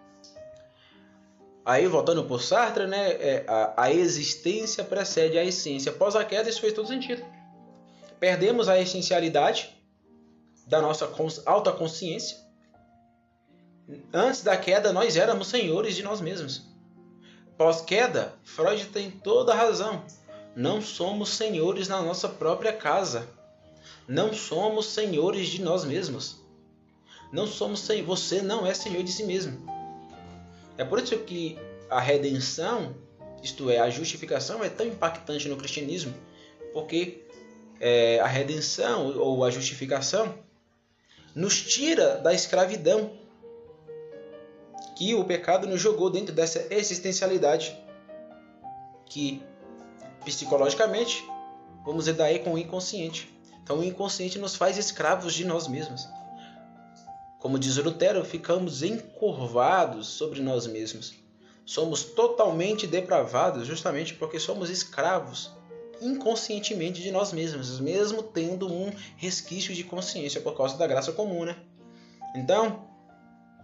Aí, voltando por Sartre, né, a existência precede a essência. Após a queda, isso fez todo sentido. Perdemos a essencialidade da nossa alta consciência. Antes da queda, nós éramos senhores de nós mesmos. Pós-queda, Freud tem toda a razão. Não somos senhores na nossa própria casa. Não somos senhores de nós mesmos. Você não é senhor de si mesmo. É por isso que a redenção, isto é, a justificação, é tão impactante no cristianismo. Porque a redenção ou a justificação nos tira da escravidão que o pecado nos jogou dentro dessa existencialidade que psicologicamente vamos lidar aí com o inconsciente. Então o inconsciente nos faz escravos de nós mesmos. Como diz Lutero, ficamos encurvados sobre nós mesmos. Somos totalmente depravados justamente porque somos escravos inconscientemente de nós mesmos, mesmo tendo um resquício de consciência por causa da graça comum, né? Então,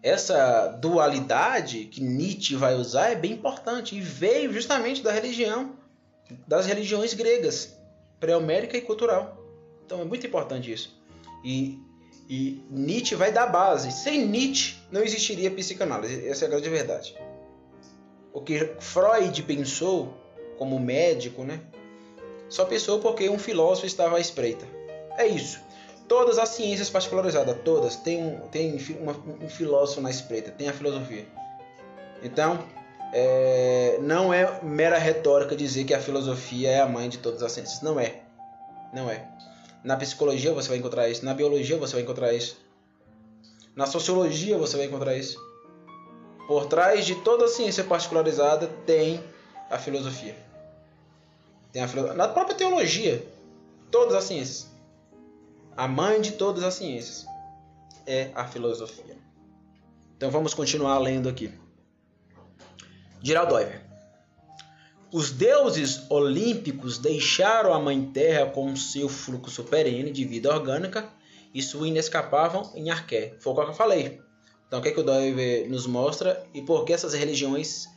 essa dualidade que Nietzsche vai usar é bem importante e veio justamente das religiões gregas, pré-homérica e cultural. Então é muito importante isso. E Nietzsche vai dar base. Sem Nietzsche não existiria psicanálise. Essa é a grande verdade. O que Freud pensou como médico, né? Só pensou porque um filósofo estava à espreita. É isso. Todas as ciências particularizadas, todas, tem um filósofo na espreita, tem a filosofia. Então, não é mera retórica dizer que a filosofia é a mãe de todas as ciências. Não é. Não é. Na psicologia você vai encontrar isso, na biologia você vai encontrar isso, na sociologia você vai encontrar isso. Por trás de toda ciência particularizada tem a filosofia. Na própria teologia, todas as ciências. A mãe de todas as ciências é a filosofia. Então vamos continuar lendo aqui. Gerald Doiver. Os deuses olímpicos deixaram a Mãe Terra com seu fluxo perene de vida orgânica e sua inescapável em Arqué. Foi o que eu falei. Então o que é que o Doiver nos mostra e por que essas religiões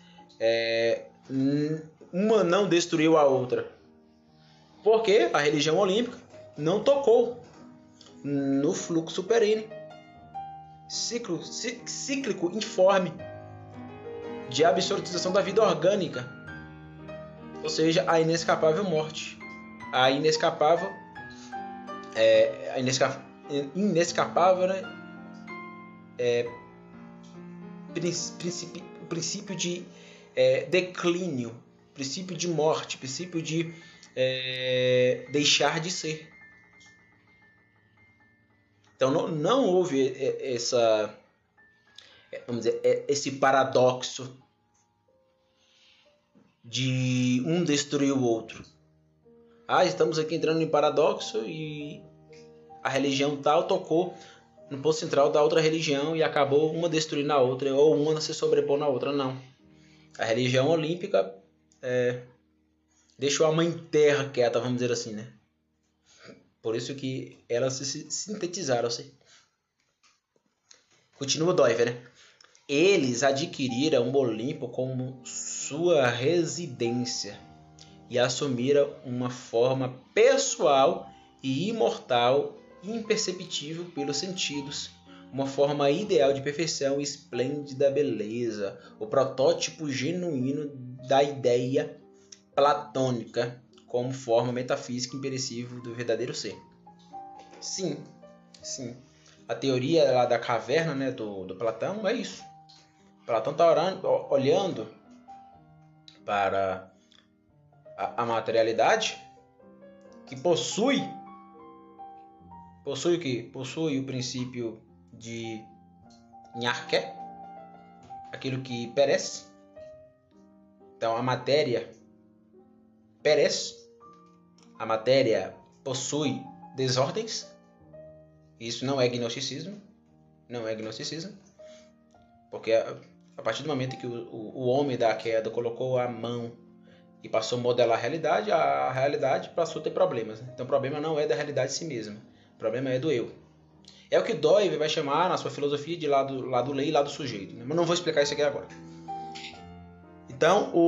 uma não destruiu a outra? Porque a religião olímpica não tocou no fluxo perene, cíclico, informe, de absolutização da vida orgânica, ou seja, a inescapável morte, a inescapável, né, princípio de declínio, princípio de morte, princípio de deixar de ser. Então não houve esse paradoxo de um destruir o outro. Estamos aqui entrando em paradoxo e a religião tal tocou no ponto central da outra religião e acabou uma destruindo a outra ou uma se sobrepor na outra. Não. A religião olímpica deixou a Mãe Terra quieta, vamos dizer assim, né? Por isso que elas se sintetizaram-se. Continua Doiver, né? Eles adquiriram o Olimpo como sua residência e assumiram uma forma pessoal e imortal, imperceptível pelos sentidos, uma forma ideal de perfeição e esplêndida beleza, o protótipo genuíno da ideia platônica como forma metafísica imperecível do verdadeiro ser. Sim. A teoria lá da caverna, né, do Platão é isso. Platão está olhando para a materialidade que possui o quê? Possui o princípio de Arqué, aquilo que perece. Então a matéria perece, a matéria possui desordens. Isso não é gnosticismo, porque a partir do momento que o homem da queda colocou a mão e passou a modelar a realidade passou a ter problemas. Então o problema não é da realidade em si mesma, o problema é do eu. É o que Doiver vai chamar na sua filosofia de lado lei e lado sujeito, né? Mas não vou explicar isso aqui agora. Então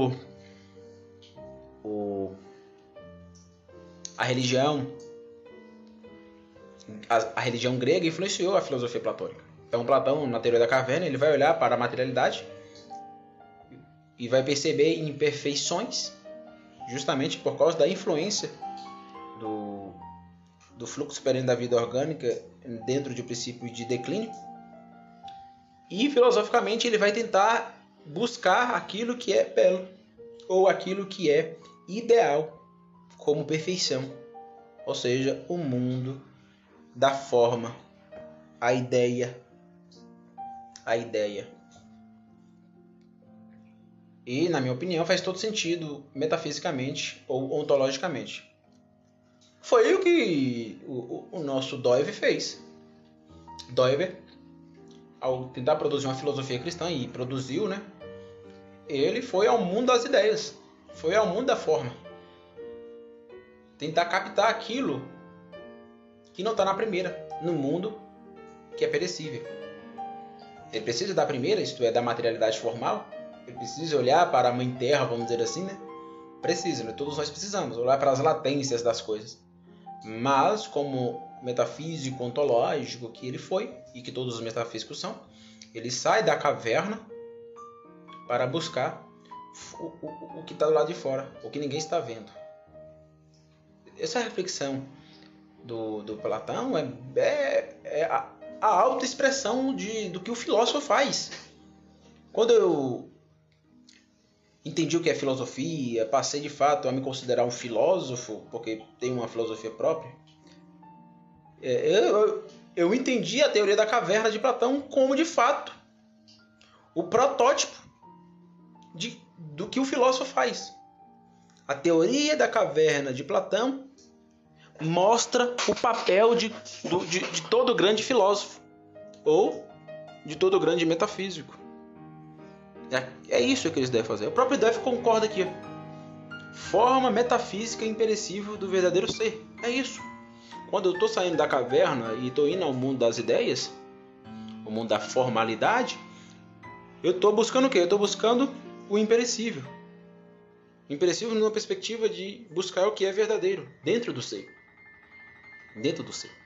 a religião grega influenciou a filosofia platônica. Então Platão, na teoria da caverna, ele vai olhar para a materialidade e vai perceber imperfeições justamente por causa da influência do fluxo perene da vida orgânica dentro de um princípio de declínio. E filosoficamente ele vai tentar buscar aquilo que é belo ou aquilo que é ideal como perfeição, ou seja, o mundo da forma, a ideia. E, na minha opinião, faz todo sentido metafisicamente ou ontologicamente. Foi o que o nosso Doiver fez. Doiver, ao tentar produzir uma filosofia cristã, e produziu, né? Ele foi ao mundo das ideias, foi ao mundo da forma. Tentar captar aquilo que não está na primeira, no mundo que é perecível. Ele precisa da primeira, isto é, da materialidade formal. Ele precisa olhar para a mãe terra, vamos dizer assim, né? Precisa, né? Todos nós precisamos olhar para as latências das coisas. Mas, como metafísico ontológico que ele foi, e que todos os metafísicos são, ele sai da caverna para buscar o que está do lado de fora, o que ninguém está vendo. Essa reflexão do Platão é a autoexpressão do que o filósofo faz. Quando eu entendi o que é filosofia, passei de fato a me considerar um filósofo, porque tenho uma filosofia própria, eu entendi a teoria da caverna de Platão como, de fato, o protótipo do que o filósofo faz. A teoria da caverna de Platão mostra o papel de todo grande filósofo ou de todo grande metafísico. É isso que eles devem fazer. O próprio Dove concorda aqui. Forma metafísica imperecível do verdadeiro ser. É isso. Quando eu estou saindo da caverna e estou indo ao mundo das ideias, o mundo da formalidade, eu estou buscando o quê? Eu estou buscando o imperecível. Imperecível numa perspectiva de buscar o que é verdadeiro, dentro do ser. Dentro do ser.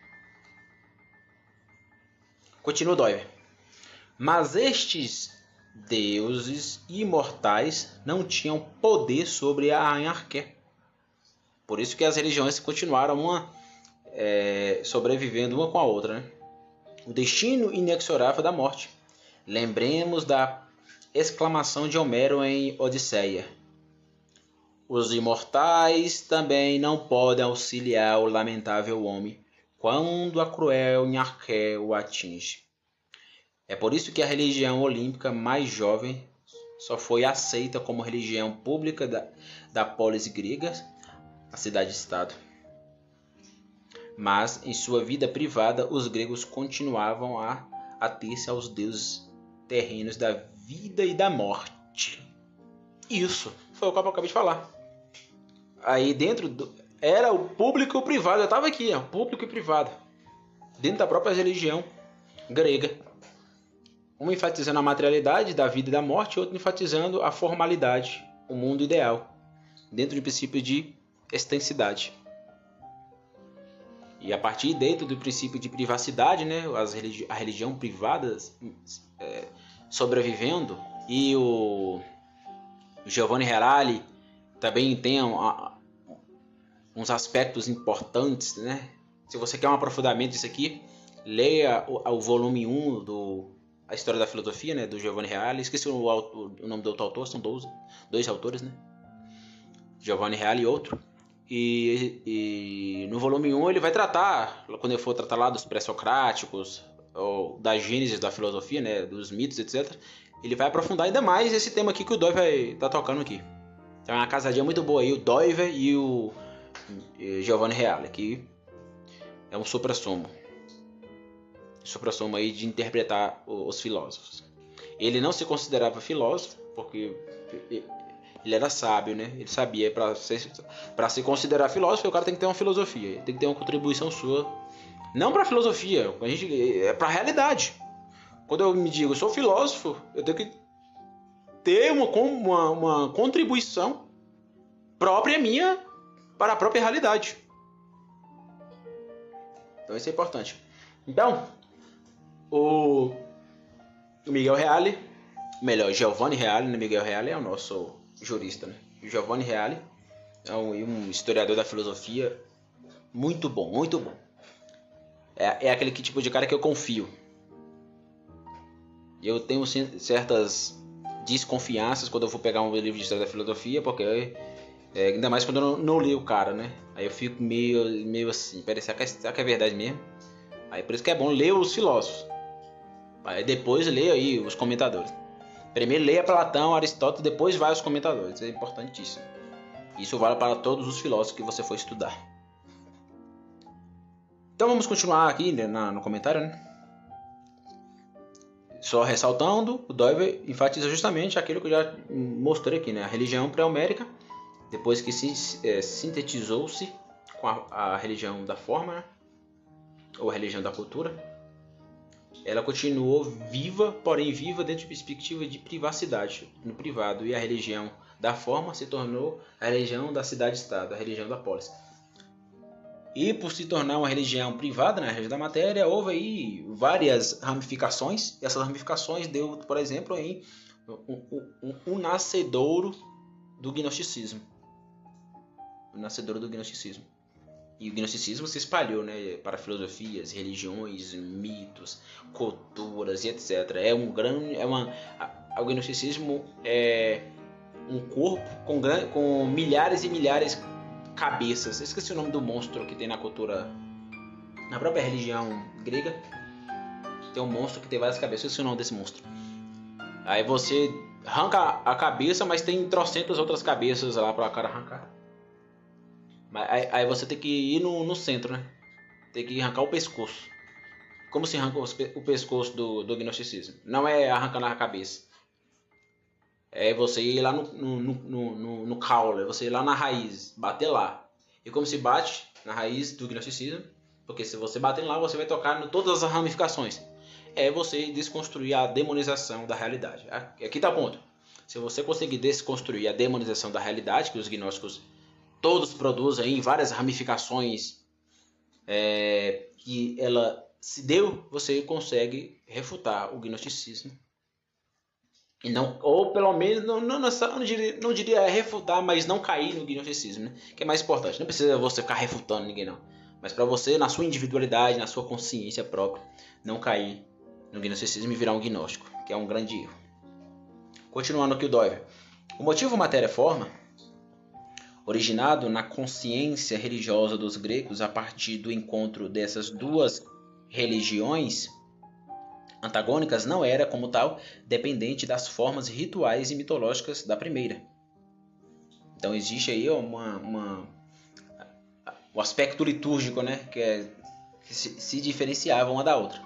Continua Dove. Mas estes deuses imortais não tinham poder sobre a anarquia. Por isso que as religiões continuaram sobrevivendo uma com a outra, né? O destino inexorável da morte. Lembremos da exclamação de Homero em Odisseia. Os imortais também não podem auxiliar o lamentável homem quando a cruel anarquia o atinge. É por isso que a religião olímpica mais jovem só foi aceita como religião pública da polis grega, a cidade-estado. Mas, em sua vida privada, os gregos continuavam a ater-se aos deuses terrenos da vida e da morte. Isso foi o que eu acabei de falar. Aí dentro era o público e o privado. Eu estava aqui, público e privado. Dentro da própria religião grega. Um enfatizando a materialidade da vida e da morte, outro enfatizando a formalidade, o mundo ideal, dentro do princípio de extensidade. E a partir dentro do princípio de privacidade, né, a religião privada sobrevivendo, e o Giovanni Reale também tem uns aspectos importantes, né? Se você quer um aprofundamento disso aqui, leia o volume 1 A História da Filosofia, né, do Giovanni Reale. Esqueci o nome do outro autor, são dois autores, né? Giovanni Reale e outro. E no volume 1 ele vai tratar, quando ele for tratar lá dos pré-socráticos, ou da gênese da filosofia, né, dos mitos, etc., ele vai aprofundar ainda mais esse tema aqui que o Dove vai estar tocando aqui. Então é uma casadinha muito boa aí, o Dove e o Giovanni Reale, que é um supra-sumo aí de interpretar os filósofos. Ele não se considerava filósofo, porque ele era sábio, né? Ele sabia, para se considerar filósofo, o cara tem que ter uma filosofia, tem que ter uma contribuição sua, não para a filosofia, é para a realidade. Quando eu me digo, eu sou filósofo, eu tenho que ter uma contribuição própria minha para a própria realidade. Então isso é importante. Então, o Miguel Reale, melhor, Giovanni Reale, né? Miguel Reale é o nosso jurista, né? Giovanni Reale é um historiador da filosofia muito bom, muito bom. É aquele tipo de cara que eu confio. Eu tenho certas desconfianças quando eu vou pegar um livro de história da filosofia, porque ainda mais quando eu não leio o cara, né? Aí eu fico meio assim, será que é verdade mesmo? Aí por isso que é bom ler os filósofos. Aí depois leia aí os comentadores. Primeiro leia Platão, Aristóteles, depois vai aos comentadores. Isso é importantíssimo. Isso vale para todos os filósofos que você for estudar. Então vamos continuar aqui, né, no comentário, né? Só ressaltando, o Dove enfatiza justamente aquilo que eu já mostrei aqui, né? A religião pré-homérica, depois que sintetizou-se com a religião da forma, né? Ou a religião da cultura, ela continuou viva, porém viva dentro de perspectiva de privacidade, no privado, e a religião da forma se tornou a religião da cidade-estado, a religião da polis. E por se tornar uma religião privada, né, a religião da matéria, houve aí várias ramificações, e essas ramificações deu, por exemplo, em um nascedouro do gnosticismo. O nascedouro do gnosticismo. E o gnosticismo se espalhou, né, para filosofias, religiões, mitos, culturas e etc. O gnosticismo é um corpo com milhares e milhares de cabeças. Eu esqueci o nome do monstro que tem na cultura, na própria religião grega. Tem um monstro que tem várias cabeças. Eu esqueci o nome desse monstro. Aí você arranca a cabeça, mas tem trocentas outras cabeças lá para o cara arrancar. Aí você tem que ir no centro, né? Tem que arrancar o pescoço. Como se arranca o pescoço do gnosticismo? Não é arrancando a cabeça. É você ir lá no caule, você ir lá na raiz, bater lá. E como se bate na raiz do gnosticismo? Porque se você bater lá, você vai tocar em todas as ramificações. É você desconstruir a demonização da realidade. Aqui está o ponto. Se você conseguir desconstruir a demonização da realidade, que os gnósticos todos produzem em várias ramificações que ela se deu, você consegue refutar o gnosticismo. E não, ou pelo menos, não diria refutar, mas não cair no gnosticismo, né? Que é mais importante. Não precisa você ficar refutando ninguém, não. Mas para você, na sua individualidade, na sua consciência própria, não cair no gnosticismo e virar um gnóstico, que é um grande erro. Continuando aqui o Doiver. O motivo matéria-forma, originado na consciência religiosa dos gregos a partir do encontro dessas duas religiões antagônicas, não era, como tal, dependente das formas rituais e mitológicas da primeira. Então existe aí o aspecto litúrgico, né, que se diferenciava uma da outra.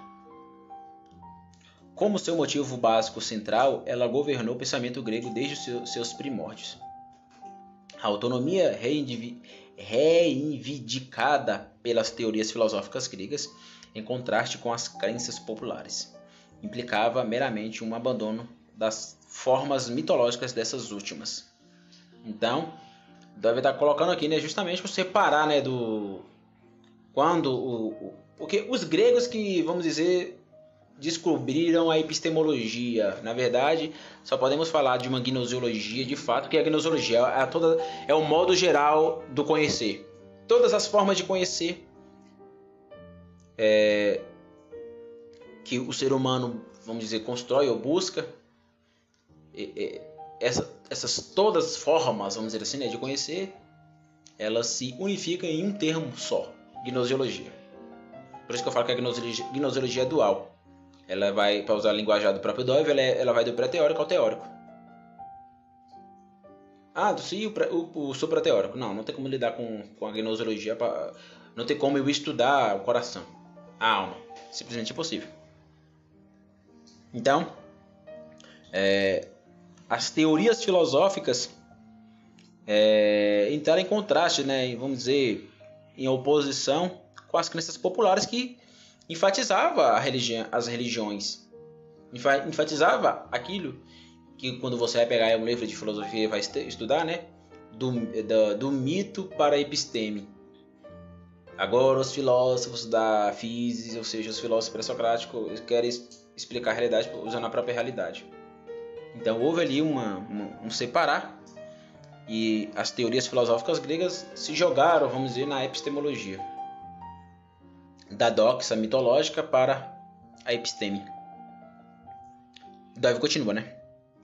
Como seu motivo básico central, ela governou o pensamento grego desde os seus primórdios. A autonomia reivindicada pelas teorias filosóficas gregas, em contraste com as crenças populares, implicava meramente um abandono das formas mitológicas dessas últimas. Então, deve estar colocando aqui, né, justamente para separar, né, porque os gregos que, vamos dizer, descobriram a epistemologia. Na verdade, só podemos falar de uma gnoseologia de fato, que a gnoseologia é o modo geral do conhecer. Todas as formas de conhecer que o ser humano, vamos dizer, constrói ou busca, essas todas as formas, vamos dizer assim, né, de conhecer, elas se unificam em um termo só, gnoseologia. Por isso que eu falo que a gnoseologia é dual. Ela vai, para usar a linguagem do próprio Doiver, ela vai do pré-teórico ao teórico. Sim, o supra-teórico. Não tem como lidar com a gnoseologia, não tem como eu estudar o coração, a alma. Simplesmente impossível. Então, as teorias filosóficas entraram em contraste, né, vamos dizer, em oposição com as crenças populares que enfatizava as religiões, enfatizava aquilo que quando você vai pegar um livro de filosofia e vai estudar, né, do mito para a episteme. Agora os filósofos da física, ou seja, os filósofos pré-socráticos, querem explicar a realidade usando a própria realidade. Então houve ali um separar, e as teorias filosóficas gregas se jogaram, vamos dizer, na epistemologia, da doxa mitológica para a episteme. Daí continua, né?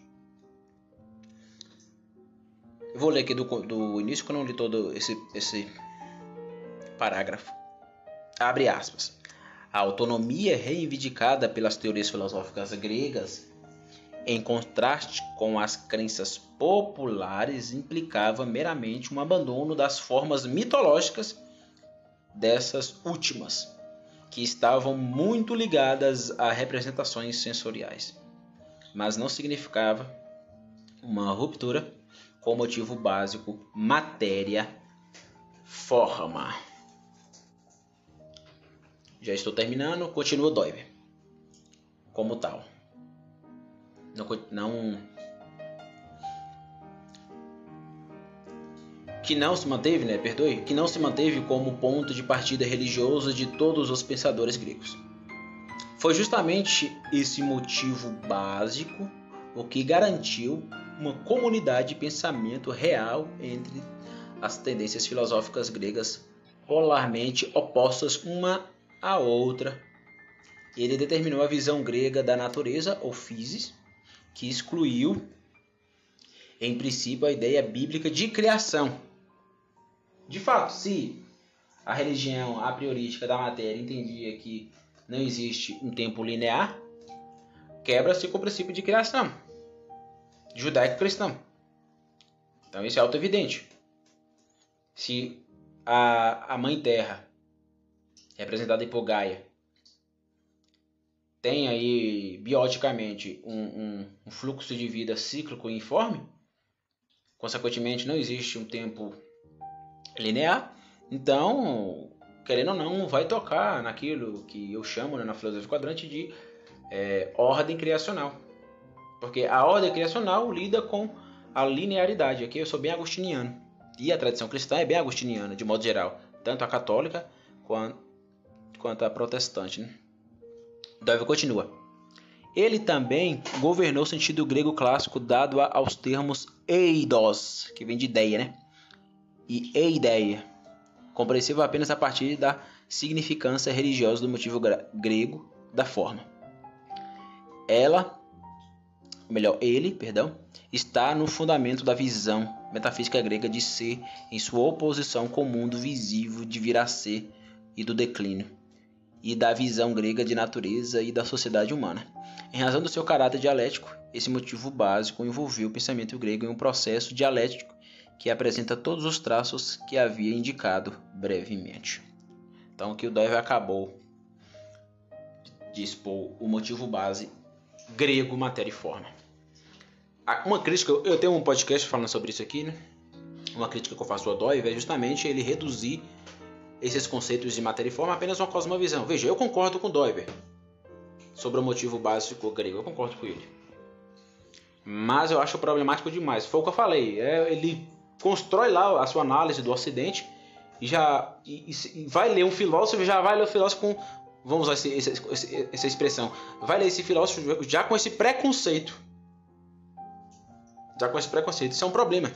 Eu vou ler aqui do início, que eu não li todo esse parágrafo. Abre aspas. A autonomia reivindicada pelas teorias filosóficas gregas, em contraste com as crenças populares, implicava meramente um abandono das formas mitológicas dessas últimas, que estavam muito ligadas a representações sensoriais, mas não significava uma ruptura com o motivo básico matéria-forma. Já estou terminando, continua Doiver. como tal. Que não se manteve como ponto de partida religioso de todos os pensadores gregos. Foi justamente esse motivo básico o que garantiu uma comunidade de pensamento real entre as tendências filosóficas gregas polarmente opostas uma à outra. Ele determinou a visão grega da natureza, ou physis, que excluiu, em princípio, a ideia bíblica de criação. De fato, se a religião a priorística da matéria entendia que não existe um tempo linear, quebra-se com o princípio de criação judaico-cristão. Então isso é auto-evidente. Se a Mãe Terra, representada por Gaia, tem aí bioticamente um fluxo de vida cíclico e uniforme, consequentemente não existe um tempo linear, então, querendo ou não, vai tocar naquilo que eu chamo, na filosofia quadrante, de ordem criacional. Porque a ordem criacional lida com a linearidade. Aqui eu sou bem agostiniano. E a tradição cristã é bem agostiniana, de modo geral. Tanto a católica quanto a protestante. Né? Dove continua. Ele também governou o sentido grego clássico dado aos termos eidos, que vem de ideia, né? E eideia, compreensível apenas a partir da significância religiosa do motivo grego da forma. Ele, está no fundamento da visão metafísica grega de ser em sua oposição com o mundo visível de vir a ser e do declínio, e da visão grega de natureza e da sociedade humana. Em razão do seu caráter dialético, esse motivo básico envolveu o pensamento grego em um processo dialético que apresenta todos os traços que havia indicado brevemente. Então aqui o Dove acabou de expor o motivo base grego, matéria e forma. Uma crítica, eu tenho um podcast falando sobre isso aqui, né? Uma crítica que eu faço ao Dove é justamente ele reduzir esses conceitos de matéria e forma a apenas uma cosmovisão. Veja, eu concordo com o Dove sobre o motivo básico grego, eu concordo com ele. Mas eu acho problemático demais. Foi o que eu falei, ele constrói lá a sua análise do Ocidente e vai ler um filósofo, já vai ler o filósofo com, vamos usar essa expressão, vai ler esse filósofo já com esse preconceito. Isso é um problema.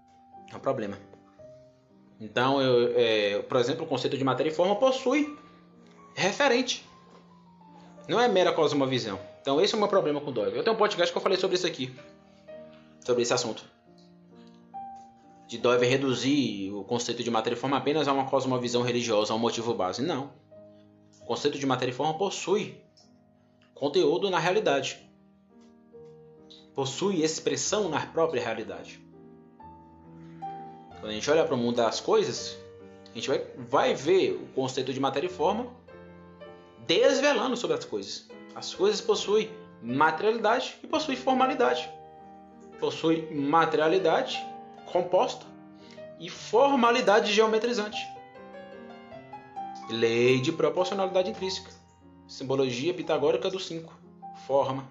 Então, por exemplo, o conceito de matéria e forma possui referente. Não é mera cosmovisão. Então, esse é o meu problema com o Dove. Eu tenho um podcast que eu falei sobre isso aqui. Sobre esse assunto. De Dove reduzir o conceito de matéria e forma apenas a uma cosmovisão religiosa, a um motivo base. Não. O conceito de matéria e forma possui conteúdo na realidade. Possui expressão na própria realidade. Quando a gente olha para o mundo das coisas, a gente vai ver o conceito de matéria e forma desvelando sobre as coisas. As coisas possuem materialidade e possuem formalidade. Possui materialidade composta e formalidade geometrizante. Lei de proporcionalidade intrínseca. Simbologia pitagórica do 5. Forma.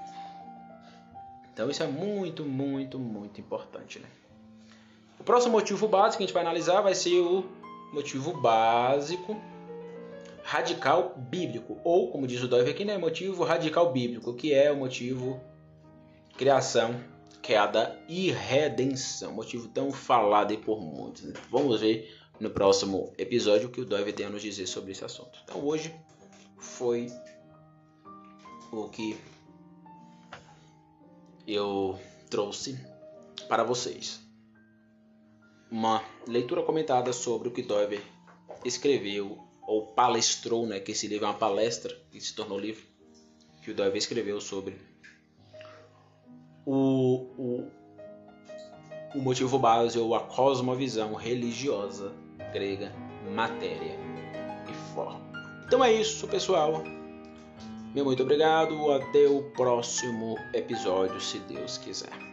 Então isso é muito, muito, muito importante. Né? O próximo motivo básico que a gente vai analisar vai ser o motivo básico radical bíblico. Ou, como diz o Dove aqui, né, motivo radical bíblico, que é o motivo criação, queda e redenção. Motivo tão falado aí por muitos. Né? Vamos ver no próximo episódio o que o Dove tem a nos dizer sobre esse assunto. Então hoje foi o que eu trouxe para vocês. Uma leitura comentada sobre o que Dove escreveu ou palestrou, né? Que esse livro é uma palestra que se tornou livro, que o Dove escreveu sobre o motivo base ou a cosmovisão religiosa grega, matéria e forma. Então é isso, pessoal. Meu muito obrigado. Até o próximo episódio, se Deus quiser.